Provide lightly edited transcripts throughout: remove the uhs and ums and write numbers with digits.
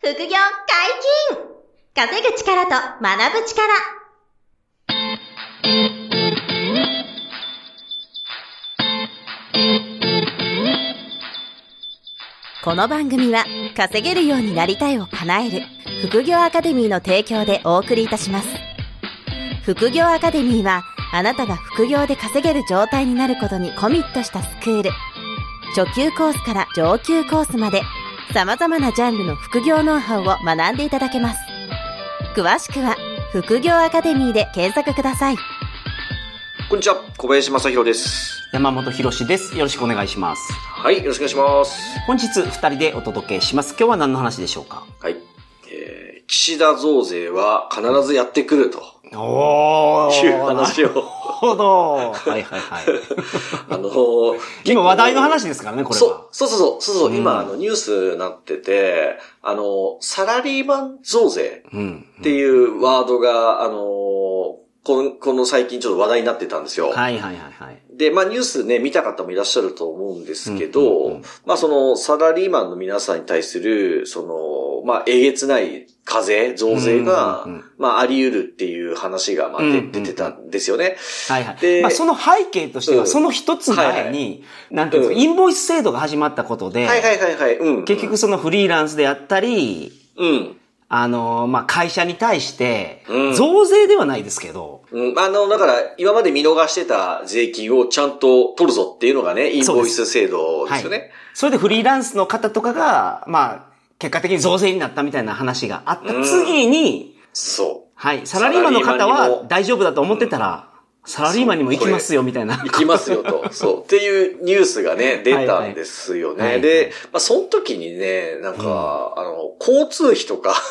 副業解禁！稼ぐ力と学ぶ力。この番組は稼げるようになりたいを叶える副業アカデミーの提供でお送りいたします。副業アカデミーはあなたが副業で稼げる状態になることにコミットしたスクール。初級コースから上級コースまで様々なジャンルの副業ノウハウを学んでいただけます。詳しくは副業アカデミーで検索ください。 こんにちは、小林正弘です。 山本博史です。よろしくお願いします。 はい、よろしくお願いします。 本日2人でお届けします。今日は何の話でしょうか？ はい、岸田増税は必ずやってくるという話を。なるほど。はいはいはい。 今話題の話ですからね、これは。 そう、今ニュースになってて、サラリーマン増税っていうワードが、この最近ちょっと話題になってたんですよ。 はいはいはいはい。 で、ニュースね、見た方もいらっしゃると思うんですけど、そのサラリーマンの皆さんに対する、えげつない課税、増税が、あり得るっていう話が、出てたんですよね。 はいはい。で、その背景としては、その一つ前に、なんていうんですか、インボイス制度が始まったことで、結局そのフリーランスであったり、会社に対して、増税ではないですけど、 だから、今まで見逃してた税金をちゃんと取るぞっていうのがね、インボイス制度ですよね。はい、 それでフリーランスの方とかが、結果的に増税になったみたいな話があった次に、 そう。 はい。サラリーマンの方は大丈夫だと思ってたら、サラリーマンにも行きますよみたいな。 行きますよと。そう。っていうニュースがね、出たんですよね。で、その時にね、交通費とか、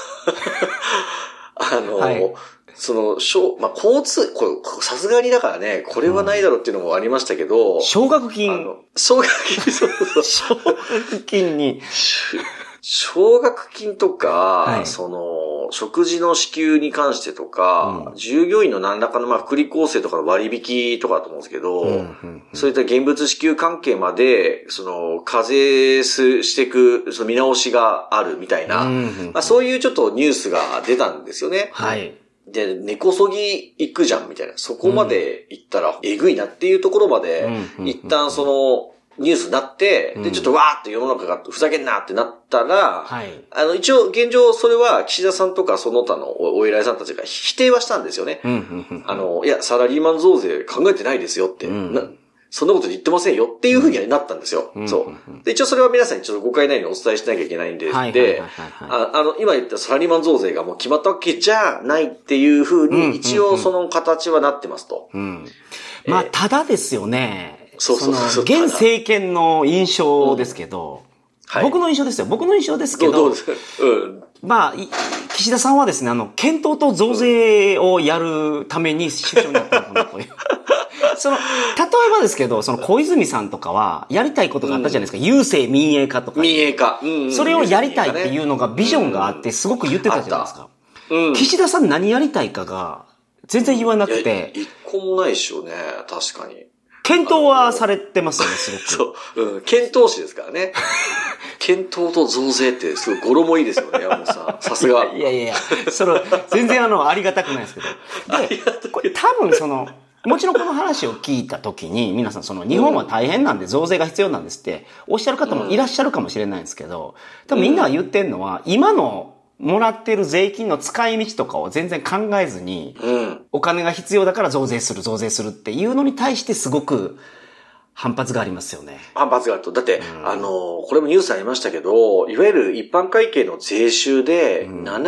交通、これ、さすがにだからね、これはないだろうっていうのもありましたけど、 奨学金。 奨学金、そう。 奨学金に。 奨学金とか、食事の支給に関してとか、従業員の何らかの福利厚生とかの割引とかだと思うんですけど、そういった現物支給関係まで、課税していく、見直しがあるみたいな、そういうちょっとニュースが出たんですよね。 はい。 で、根こそぎ行くじゃんみたいな。そこまで行ったらえぐいなっていうところまで、一旦ニュースになって、で、ちょっとわーって世の中がふざけんなってなったら、一応現状それは岸田さんとかその他のお偉いさんたちが否定はしたんですよね。いや、サラリーマン増税考えてないですよって。そんなこと言ってませんよっていうふうにはなったんですよ。そう。で、一応それは皆さんにちょっと誤解ないようにお伝えしなきゃいけないんで、今言ったサラリーマン増税がもう決まったわけじゃないっていうふうに、一応その形はなってますと。 ただですよね。 そう。 現政権の印象ですけど、僕の印象ですよ。僕の印象ですけど、 どうですか？ 岸田さんはですね、検討と増税をやるために首相になったのかなという。例えばですけど、小泉さんとかは、やりたいことがあったじゃないですか。郵政民営化とか。 民営化。 それをやりたいっていうのがビジョンがあって、すごく言ってたじゃないですか。岸田さん何やりたいかが、全然言わなくて。 一個もないでしょうね。確かに。 検討はされてますよね、すごく。 そう。検討士ですからね。検討と増税ってすごい語呂もいいですよね、山本さん。さすが。 いや、全然ありがたくないですけど。で、これ多分もちろんこの話を聞いたときに、皆さん日本は大変なんで増税が必要なんですっておっしゃる方もいらっしゃるかもしれないんですけど、多分みんなが言ってるのは、今のもらってる税金の使い道とかを全然考えずに、お金が必要だから増税するっていうのに対してすごく反発がありますよね。 反発があると。だって、これもニュースありましたけど、いわゆる一般会計の税収で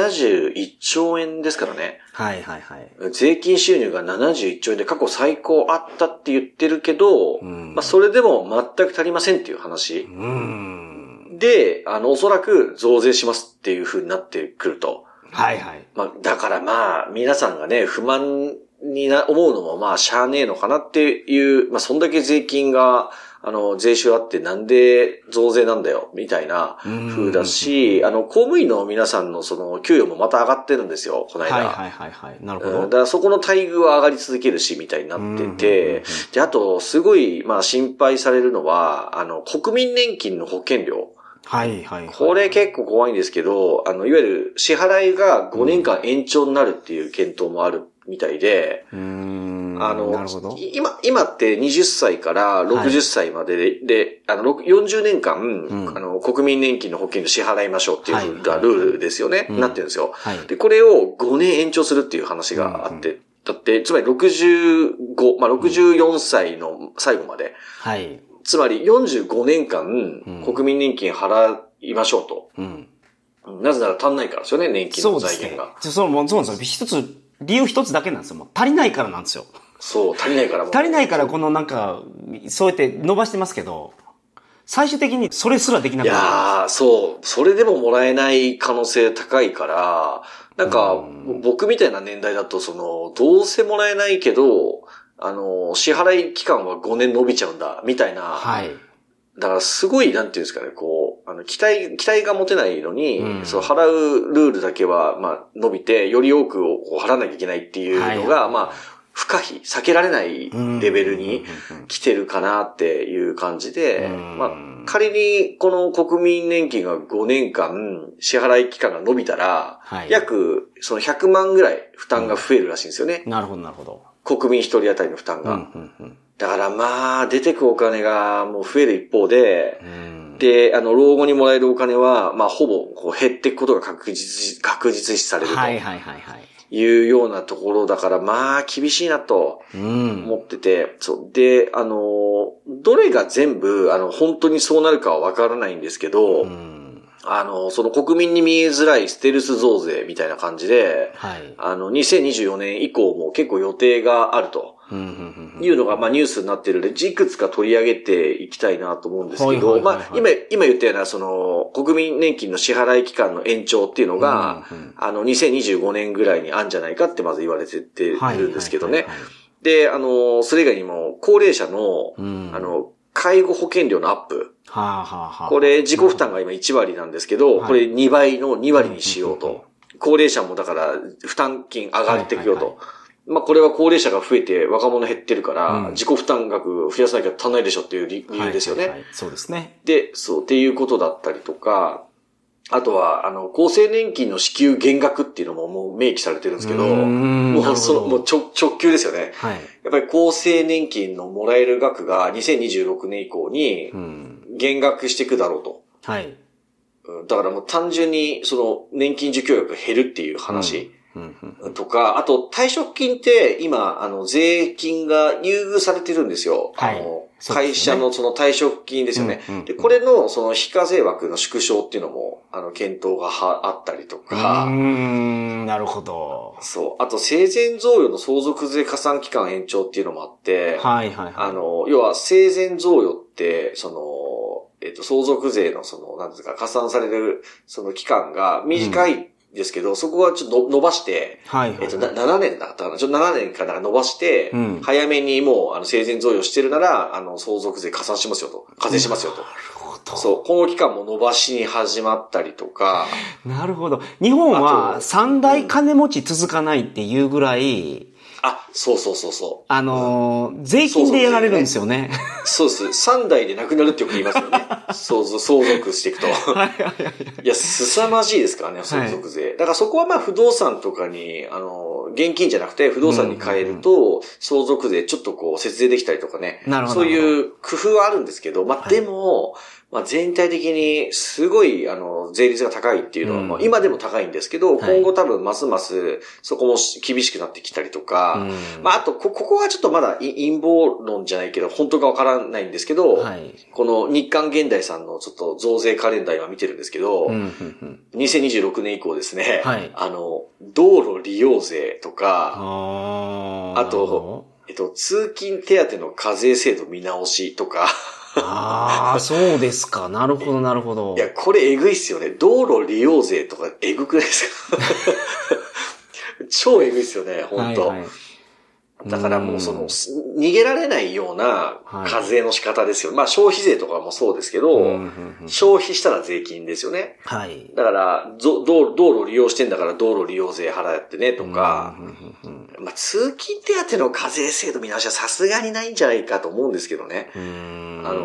71兆円ですからね。税金収入が71兆円で過去最高あったって言ってるけど、それでも全く足りませんっていう話。で、おそらく増税しますっていう風になってくると。だから皆さんがね、不満に思うのもしゃあねえのかなっていう、そんだけ税金が、税収あってなんで増税なんだよ、みたいな風だし、公務員の皆さんの給与もまた上がってるんですよ、この間。 なるほど。 だからそこの待遇は上がり続けるし、みたいになってて、で、あと、すごい、心配されるのは、国民年金の保険料。 はいはいはい。 これ結構怖いんですけど、いわゆる支払いが5年間延長になるっていう検討もあるみたいで、 なるほど。 今って20歳から60歳までで、40年間、国民年金の保険料支払いましょうっていうルールですよね。なってるんですよ。で、これを5年延長するっていう話があって、だって、つまり64歳の最後まで。 はい。 つまり45年間、国民年金払いましょうと。なぜなら足んないからですよね、年金の財源が。 そうなんですよ。理由一つだけなんですよ。もう足りないからなんですよ。 そう、足りないから。 足りないからこのなんか、そうやって伸ばしてますけど、最終的にそれすらできなくなる。 いやー、そう。それでももらえない可能性高いから、なんか、僕みたいな年代だと、どうせもらえないけど、支払い期間は5年伸びちゃうんだ、みたいな。 はい。 だからすごい、なんていうんですかね、期待が持てないのに、払うルールだけは、伸びて、より多くを払わなきゃいけないっていうのが、不可避、避けられないレベルに来てるかなっていう感じで、仮にこの国民年金が5年間支払い期間が伸びたら、約100万ぐらい負担が増えるらしいんですよね。 なるほど、なるほど。 国民一人当たりの負担が。だから出てくお金がもう増える一方で、で、老後にもらえるお金は、ほぼ減っていくことが確実視されると。はいはいはいはい。いうようなところだから、厳しいなと思ってて、そう。で、どれが全部、本当にそうなるかはわからないんですけど、その国民に見えづらいステルス増税みたいな感じで、2024年以降も結構予定があると。いうのが、ニュースになってるので、いくつか取り上げていきたいなと思うんですけど、今言ったような、国民年金の支払い期間の延長っていうのが、2025年ぐらいにあるんじゃないかってまず言われてるんですけどね。で、それ以外にも、高齢者の、介護保険料のアップ。これ、自己負担が今1割なんですけど、これ2倍の2割にしようと。高齢者もだから、負担金上がっていくよと。これは高齢者が増えて若者減ってるから、自己負担額増やさなきゃ足んないでしょっていう理由ですよね。 そうですね。 で、っていうことだったりとか、あとは、厚生年金の支給減額っていうのももう明記されてるんですけど、もう直球ですよね。はい。やっぱり厚生年金のもらえる額が2026年以降に減額していくだろうと。はい。だからもう単純に年金受給額が減るっていう話。とか、あと退職金って今、税金が優遇されてるんですよ。はい。会社の退職金ですよね。で、これの非課税枠の縮小っていうのも、検討があったりとか。 なるほど。 そう。あと生前贈与の相続税加算期間延長っていうのもあって、はいはいはい。要は生前贈与って、相続税のなんですか、加算される、期間が短い、ですけど、そこはちょっと伸ばして、7年だったかな。7年から伸ばして、早めにもう、生前贈与してるなら、相続税加算しますよと。課税しますよと。なるほど。そう、この期間も伸ばしに始まったりとか。 なるほど。日本は三代金持ち続かないっていうぐらい、 そう。 税金でやられるんですよね。 そうです。3代で亡くなるってよく言いますよね。相続していくと。いや、凄まじいですからね、相続税。だからそこは不動産とかに、現金じゃなくて不動産に変えると、相続税ちょっと節税できたりとかね。そういう工夫はあるんですけど、でも、全体的にすごい、税率が高いっていうのは、今でも高いんですけど、今後多分ますますそこも厳しくなってきたりとか、あと、ここはちょっとまだ陰謀論じゃないけど、本当かわからないんですけど、この日刊現代さんのちょっと増税カレンダー今見てるんですけど、2026年以降ですね、道路利用税とか、あと、通勤手当の課税制度見直しとか、 そうですか。なるほど、なるほど。 いや、これえぐいっすよね。道路利用税とかえぐくないですか超えぐいっすよね、本当、だからもう逃げられないような課税の仕方ですよ。消費税とかもそうですけど、消費したら税金ですよね。はい。だから、道路利用してんだから道路利用税払ってねとか、通勤手当の課税制度見直しはさすがにないんじゃないかと思うんですけどね。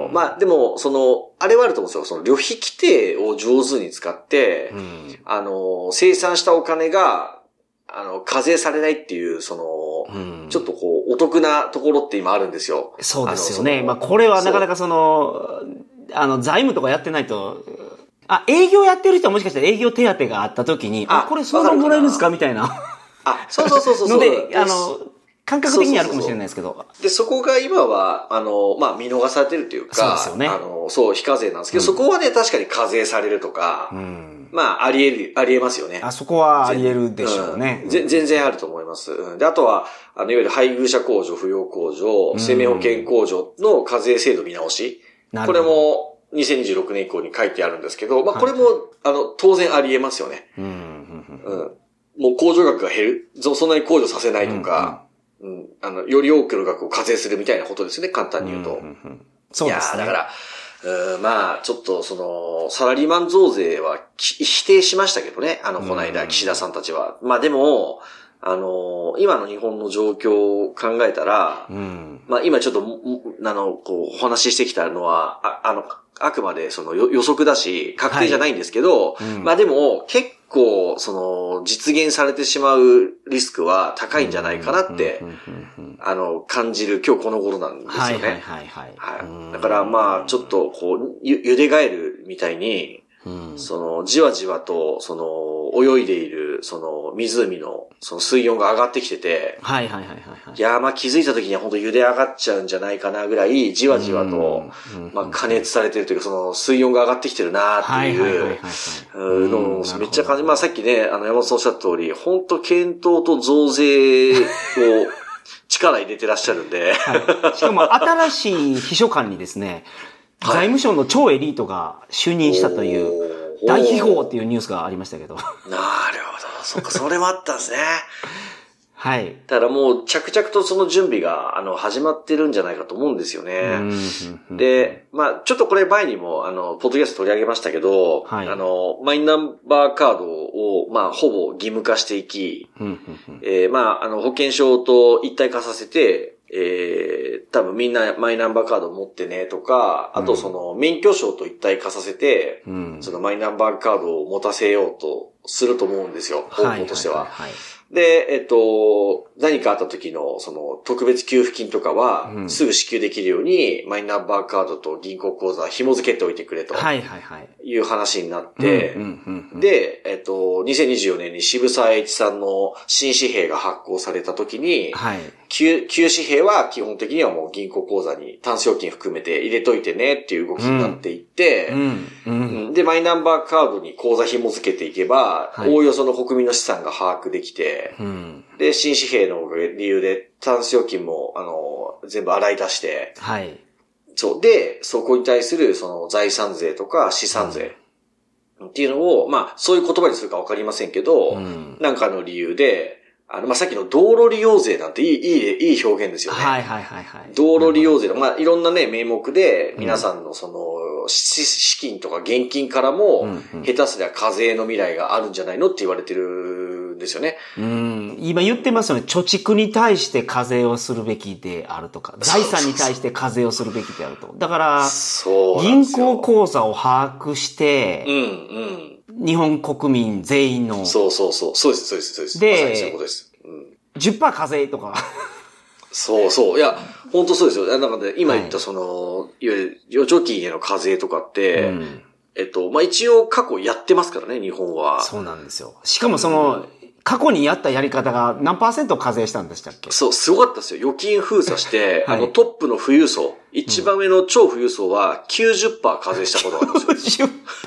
まあ、でも、あれはあると思うんですよ。旅費規定を上手に使って、生産したお金が、課税されないっていう、ちょっとお得なところって今あるんですよ。 そうですよね。まあ、これはなかなか財務とかやってないと、営業やってる人はもしかしたら営業手当があった時に、これそんなもらえるんですかみたいな。 そう。 ので、感覚的にあるかもしれないですけど。 で、そこが今は、まあ、見逃されてるというか、 そうですよね。 非課税なんですけど、そこはね、確かに課税されるとか、まあ、ありえますよね。 そこはありえるでしょうね。 全然あると思います。で、あとは、いわゆる配偶者控除、扶養控除、生命保険控除の課税制度見直し。これも、2026年以降に書いてあるんですけど、まあ、これも、当然ありえますよね。もう控除額が減る。そんなに控除させないとか、より多くの額を課税するみたいなことですね、簡単に言うと。 そうですね。 いやだから、まあ、ちょっとサラリーマン増税は否定しましたけどね、この間、岸田さんたちは。まあでも、今の日本の状況を考えたら、まあ今ちょっと、お話ししてきたのは、あくまで予測だし、確定じゃないんですけど、まあでも、結構、実現されてしまうリスクは高いんじゃないかなって、感じる今日この頃なんですよね。だからまあ、ちょっと、ゆでガエルみたいに、じわじわと、泳いでいる、湖の、水温が上がってきてて、いや、まあ気づいた時には本当茹で上がっちゃうんじゃないかなぐらい、じわじわと、まあ加熱されてるというか、水温が上がってきてるなっていうのをめっちゃ感じ、まあさっきね、山本さんおっしゃった通り、本当検討と増税を力入れてらっしゃるんで。 しかも新しい秘書官にですね、財務省の超エリートが就任したという、大秘宝っていうニュースがありましたけど。 なるほど。そっか、それもあったんですね。 はい。 だからもう着々とその準備が、始まってるんじゃないかと思うんですよね。で、まあちょっとこれ前にも、ポッドキャスト取り上げましたけど、マイナンバーカードを、まあほぼ義務化していき、まあ保険証と一体化させて、多分みんなマイナンバーカード持ってねとか、あと免許証と一体化させて、マイナンバーカードを持たせようとすると思うんですよ、方法としては。で、何かあった時の、特別給付金とかは、すぐ支給できるように、マイナンバーカードと銀行口座紐付けておいてくれと。いう話になって、で、2024年に渋沢栄一さんの新紙幣が発行された時に、旧紙幣は基本的にはもう銀行口座にタンス預金含めて入れといてねっていう動きになっていって、で、マイナンバーカードに口座紐付けていけば、おおよその国民の資産が把握できて、で、新紙幣の理由でタンス預金も、全部洗い出して、そう。で、そこに対する財産税とか資産税っていうのを、まあ、そういう言葉にするかわかりませんけど、なんかの理由で、まあ、さっきの道路利用税なんていい表現ですよね。道路利用税の、まあ、いろんなね、名目で、皆さんの資金とか現金からも、下手すりゃ課税の未来があるんじゃないのって言われてるんですよね。 今言ってますよね。貯蓄に対して課税をするべきであるとか、財産に対して課税をするべきであると。だから、銀行口座を把握して、日本国民全員の。 そうです。 で、 まさにそういうことです。 10% 課税とか。 そう。いや、本当そうですよ。なので、今言ったいわゆる預貯金への課税とかって、まあ、一応過去やってますからね、日本は。 そうなんですよ。しかも過去にやったやり方が何%課税したんでしたっけ？ そう、すごかったですよ。預金封鎖して、トップの富裕層、一番上の超富裕層は 90% 課税したことがあるんですよ。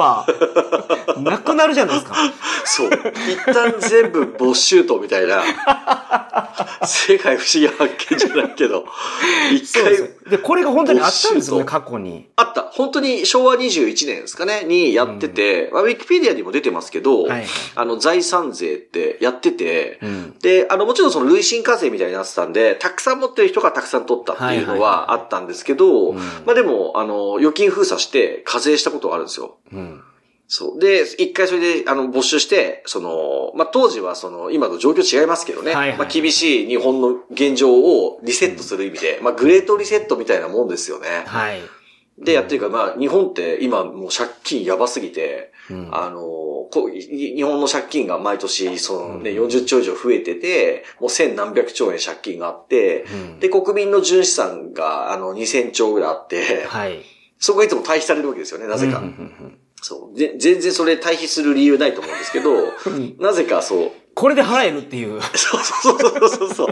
90%? なくなるじゃないですか。 そう。一旦全部没収とみたいな。世界不思議発見じゃないけど。一回。 で、これが本当にあったんですよね、過去に。 あった。本当に昭和21年ですかね、にやってて、ウィキペディアにも出てますけど、財産税ってやってて、で、もちろん累進課税みたいになってたんで、たくさん持ってる人がたくさん取ったっていうのはあったんですけど、まあでも、預金封鎖して課税したことがあるんですよ。そう。で、一回それで、没収して、まあ、当時は今と状況違いますけどね。まあ、厳しい日本の現状をリセットする意味で、まあ、グレートリセットみたいなもんですよね。 でやってるから、日本って今もう借金やばすぎて、日本の借金が毎年、40兆以上増えてて、もう千何百兆円借金があって、で、国民の純資産が、2000兆ぐらいあって、はい。そこがいつも対比されるわけですよね、なぜか。そう。全然それ対比する理由ないと思うんですけど、なぜかそう。 これで払えるっていう。 そう。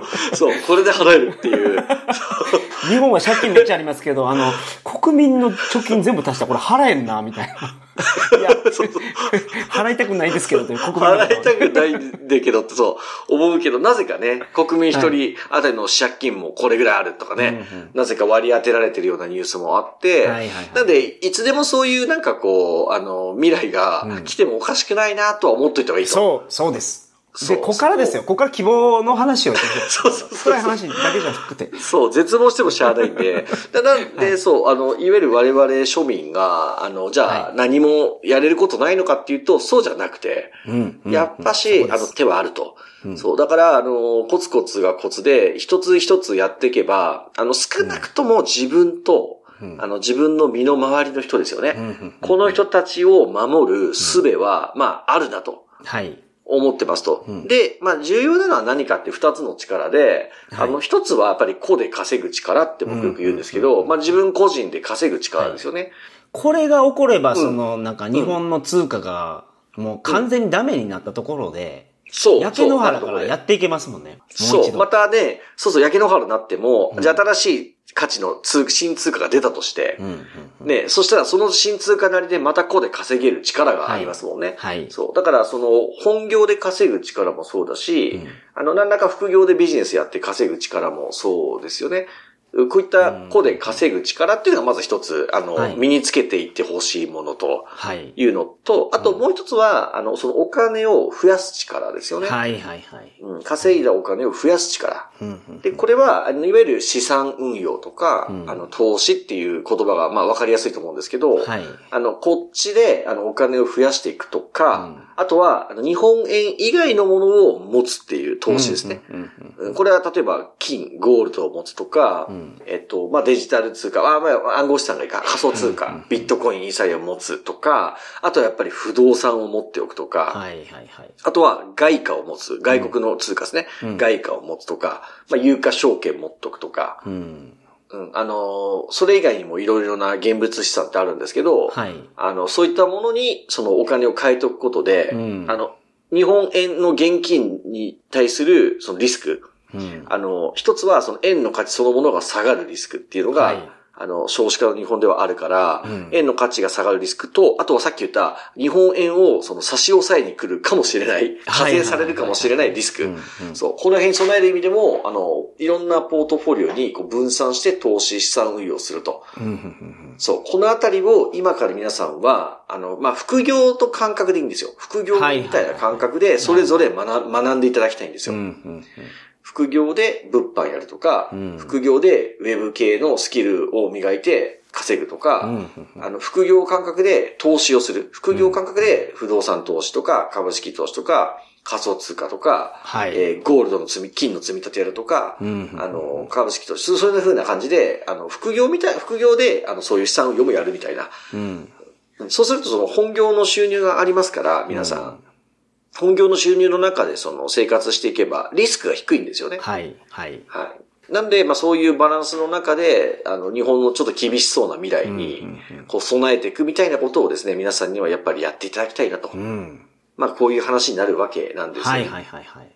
これで払えるっていう。 日本は借金めっちゃありますけど、国民の貯金全部足したらこれ払えんな、みたいな。いや、払いたくないですけど、国民払いたくないんだけどって思うけど、なぜかね、国民一人あたりの借金もこれぐらいあるとかね、なぜか割り当てられてるようなニュースもあって、なんで、いつでもそういうなんか未来が来てもおかしくないなとは思っといた方がいいと。 そうです。で、ここからですよ。ここから希望の話を。暗い話だけじゃなくて。 そう、絶望してもしゃあないんで。なんで、いわゆる我々庶民が、じゃあ、何もやれることないのかっていうと、そうじゃなくて、やっぱし、手はあると。そう、だから、コツコツがコツで、一つ一つやっていけば、少なくとも自分と、自分の身の回りの人ですよね。この人たちを守る術は、あるなと。はい。思ってますと。で、重要なのは何かって二つの力で、一つはやっぱり個で稼ぐ力って僕よく言うんですけど、自分個人で稼ぐ力ですよね。 これが起これば、なんか日本の通貨がもう完全にダメになったところで、焼け野原からやっていけますもんね。 そう。またね、焼け野原になっても、じゃあ新しい価値の新通貨が出たとして、ね、そしたらその新通貨なりでまた個で稼げる力がありますもんね。はい。そう。だから本業で稼ぐ力もそうだし、何らか副業でビジネスやって稼ぐ力もそうですよね。こういった個で稼ぐ力っていうのがまず一つ、身につけていってほしいものというのと、あともう一つは、そのお金を増やす力ですよね。はいはいはい。稼いだお金を増やす力。で、これは、いわゆる資産運用とか、投資っていう言葉が、わかりやすいと思うんですけど、はい、こっちで、お金を増やしていくとか、あとは、日本円以外のものを持つっていう投資ですね。これは例えば、金、ゴールドを持つとか、デジタル通貨、暗号資産がいいか、仮想通貨、ビットコイン、イーサリアムを持つとか、あとはやっぱり不動産を持っておくとか、あとは外貨を持つ、外国の通貨ですね。外貨を持つとか、有価証券持っておくとか、それ以外にもいろいろな現物資産ってあるんですけど、そういったものにそのお金を変えておくことで、日本円の現金に対するそのリスク、一つはその円の価値そのものが下がるリスクっていうのが、少子化の日本ではあるから、円の価値が下がるリスクと、あとはさっき言った日本円をその差し押さえに来るかもしれない、課税されるかもしれないリスク。そう、この辺に備える意味でも、いろんなポートフォリオにこう分散して投資資産運用すると。そう、このあたりを今から皆さんは、副業と感覚でいいんですよ。副業みたいな感覚でそれぞれ学んでいただきたいんですよ。副業で物販やるとか、副業でウェブ系のスキルを磨いて稼ぐとか、副業感覚で投資をする。副業感覚で不動産投資とか、株式投資とか、仮想通貨とか、ゴールドの金の積み立てやるとか、株式投資、そういう風な感じで、副業で、そういう資産運用もやるみたいな。そうするとその本業の収入がありますから、皆さん。本業の収入の中でその生活していけばリスクが低いんですよね。はい。はい。はい。なんで、そういうバランスの中で、日本のちょっと厳しそうな未来に、こう備えていくみたいなことをですね、皆さんにはやっぱりやっていただきたいなと。こういう話になるわけなんですね。はいはいはいはい。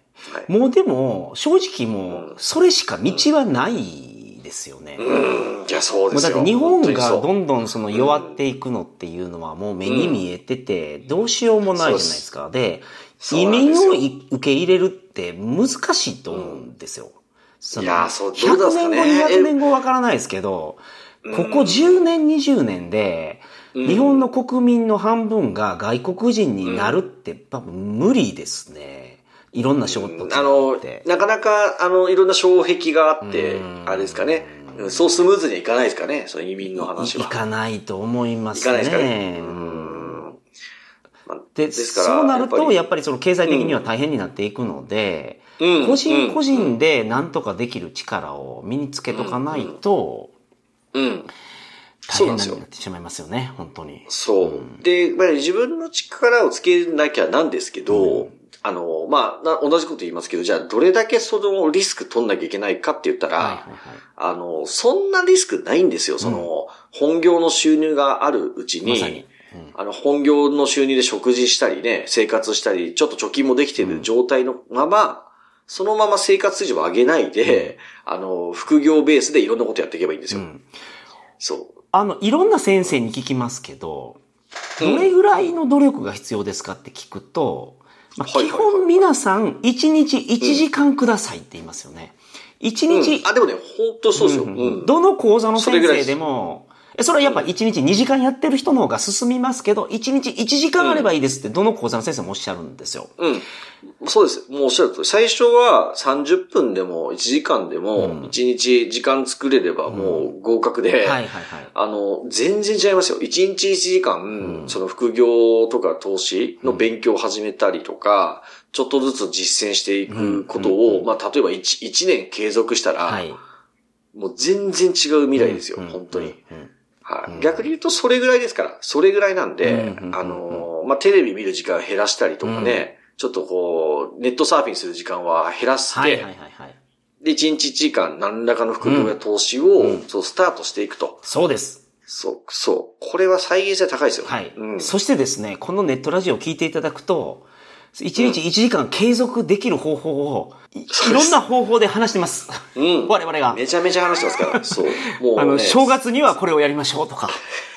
もうでも、正直もう、それしか道はないですよね。 いや、そうですよ。 だって日本がどんどんその弱っていくのっていうのはもう目に見えてて、どうしようもないじゃないですか。で、移民を受け入れるって難しいと思うんですよ。 いや、そう、どうですかね。100年後、200年後わからないですけど、ここ10年、20年で、日本の国民の半分が外国人になるって多分無理ですね。いろんな衝突があって。 なかなか、いろんな障壁があって、あれですかね。そうスムーズにいかないですかね、その移民の話は。 いかないと思いますね。 いかないですかね。 で、そうなると、やっぱりその経済的には大変になっていくので、個人個人で何とかできる力を身につけとかないと、 大変なになってしまいますよね、本当に。 そう。で、自分の力をつけなきゃなんですけど、同じこと言いますけど、じゃあどれだけそのリスク取んなきゃいけないかって言ったら、そんなリスクないんですよ。本業の収入があるうちに、まさに本業の収入で食事したりね、生活したり、ちょっと貯金もできている状態のまま、そのまま生活水準を上げないで、副業ベースでいろんなことやっていけばいいんですよ。そう。 いろんな先生に聞きますけど、どれぐらいの努力が必要ですかって聞くと、基本皆さん1日1時間くださいって言いますよね。1日、 でもね、本当そうですよ。 どの講座の先生でも、それはやっぱ1日2時間やってる人の方が進みますけど、1日1時間あればいいですってどの講座の先生もおっしゃるんですよ。 そうです。もうおっしゃるとおり、最初は30分でも1時間でも1日時間作れればもう合格で、全然違いますよ。1日1時間、その副業とか投資の勉強を始めたりとか、ちょっとずつ実践していくことを、例えば1年継続したら、もう全然違う未来ですよ、本当に。逆に言うとそれぐらいですから、それぐらいなんで、テレビ見る時間減らしたりとかね、ちょっとこう、ネットサーフィンする時間は減らして、で、1日1時間何らかの副業や投資を、スタートしていくと。 そうです。 そう。これは再現性高いですよ。 そしてですね、このネットラジオを聞いていただくと、1日1時間継続できる方法を、いろんな方法で話してます。我々が。 めちゃめちゃ話してますから。そう。 もう、正月にはこれをやりましょうとか。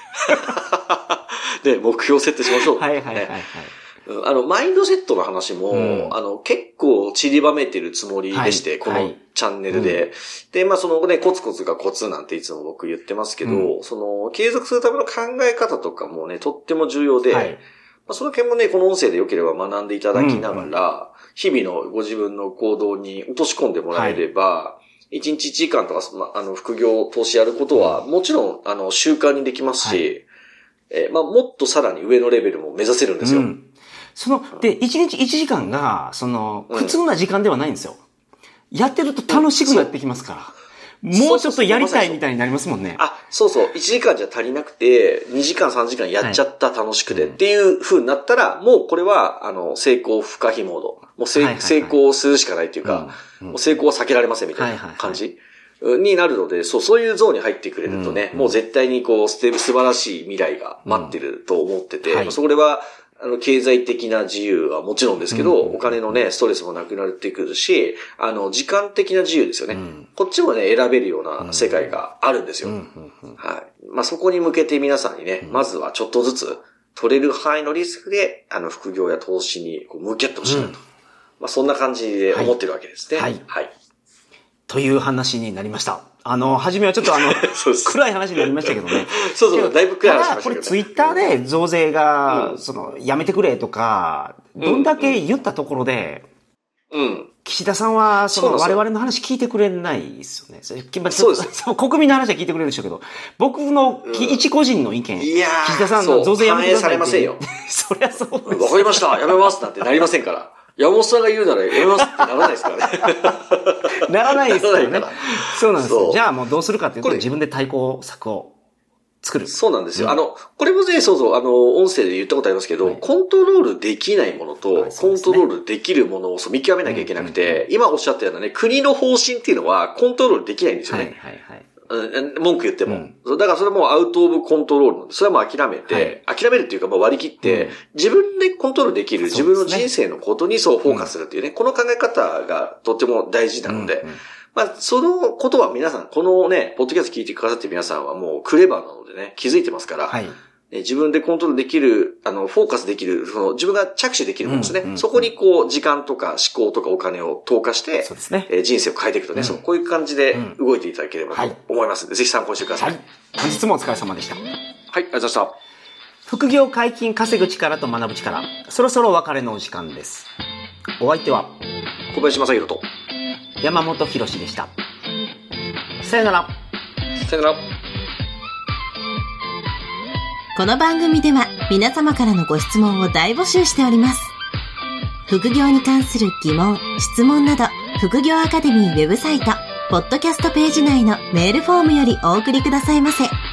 で、目標設定しましょう。マインドセットの話も、結構散りばめてるつもりでして、このチャンネルで。で、そのね、コツコツがコツなんていつも僕言ってますけど、継続するための考え方とかもね、とっても重要で、その件もね、この音声で良ければ学んでいただきながら、日々のご自分の行動に落とし込んでもらえれば、1日1時間とか、副業投資やることは、もちろん、習慣にできますし、もっとさらに上のレベルも目指せるんですよ。 で、1日1時間が、苦痛な時間ではないんですよ。やってると楽しくなってきますから。もうちょっとやりたいみたいになりますもんね。 そう。1時間じゃ足りなくて、2時間3時間やっちゃった楽しくてっていう風になったら、もうこれは、成功不可避モード。もう成功するしかないっていうか、もう成功は避けられませんみたいな感じになるので、そういうゾーンに入ってくれるとね、もう絶対に素晴らしい未来が待ってると思ってて、それは、経済的な自由はもちろんですけど、お金のね、ストレスもなくなってくるし、時間的な自由ですよね。こっちもね、選べるような世界があるんですよ。そこに向けて皆さんにね、まずはちょっとずつ取れる範囲のリスクで、副業や投資に向き合ってほしいなと。そんな感じで思ってるわけですね。 という話になりました。初めはちょっと暗い話になりましたけどね。 だいぶ暗い話しましたけどね。 これツイッターで増税が、やめてくれとか、どんだけ言ったところで、岸田さんは、我々の話聞いてくれないですよね。そうです。国民の話は聞いてくれるでしょうけど、僕の一個人の意見、岸田さんの増税やめてください。 反映されませんよ。 そりゃそうです。 わかりました、やめますなんてなりませんから。山本さんが言うならやめますってならないですからね。 ならないですからね。そうなんですよ。じゃあもうどうするかっていうと、自分で対抗策を作る。 そうなんですよ。これもね、音声で言ったことありますけど、コントロールできないものと、コントロールできるものを見極めなきゃいけなくて、今おっしゃったようなね、国の方針っていうのはコントロールできないんですよね。文句言っても。だからそれもアウトオブコントロールなんで、それはもう諦めて、諦めるっていうかもう割り切って、自分でコントロールできる自分の人生のことにフォーカスするっていうね、この考え方がとっても大事なので、そのことは皆さん、このね、ポッドキャスト聞いてくださってる皆さんはもうクレバーなのでね、気づいてますから、自分でコントロールできる、フォーカスできる、自分が着手できるものですね。そこに時間とか思考とかお金を投下して、人生を変えていくとね、こういう感じで動いていただければと思いますので、ぜひ参考にしてください。 本日もお疲れ様でした。 はい、ありがとうございました。 副業解禁、稼ぐ力と学ぶ力、そろそろお別れのお時間です。お相手は、 小林正宏と、 山本博史でした。さよなら。 さよなら。 この番組では皆様からのご質問を大募集しております。副業に関する疑問、質問など、副業アカデミーウェブサイト、ポッドキャストページ内のメールフォームよりお送りくださいませ。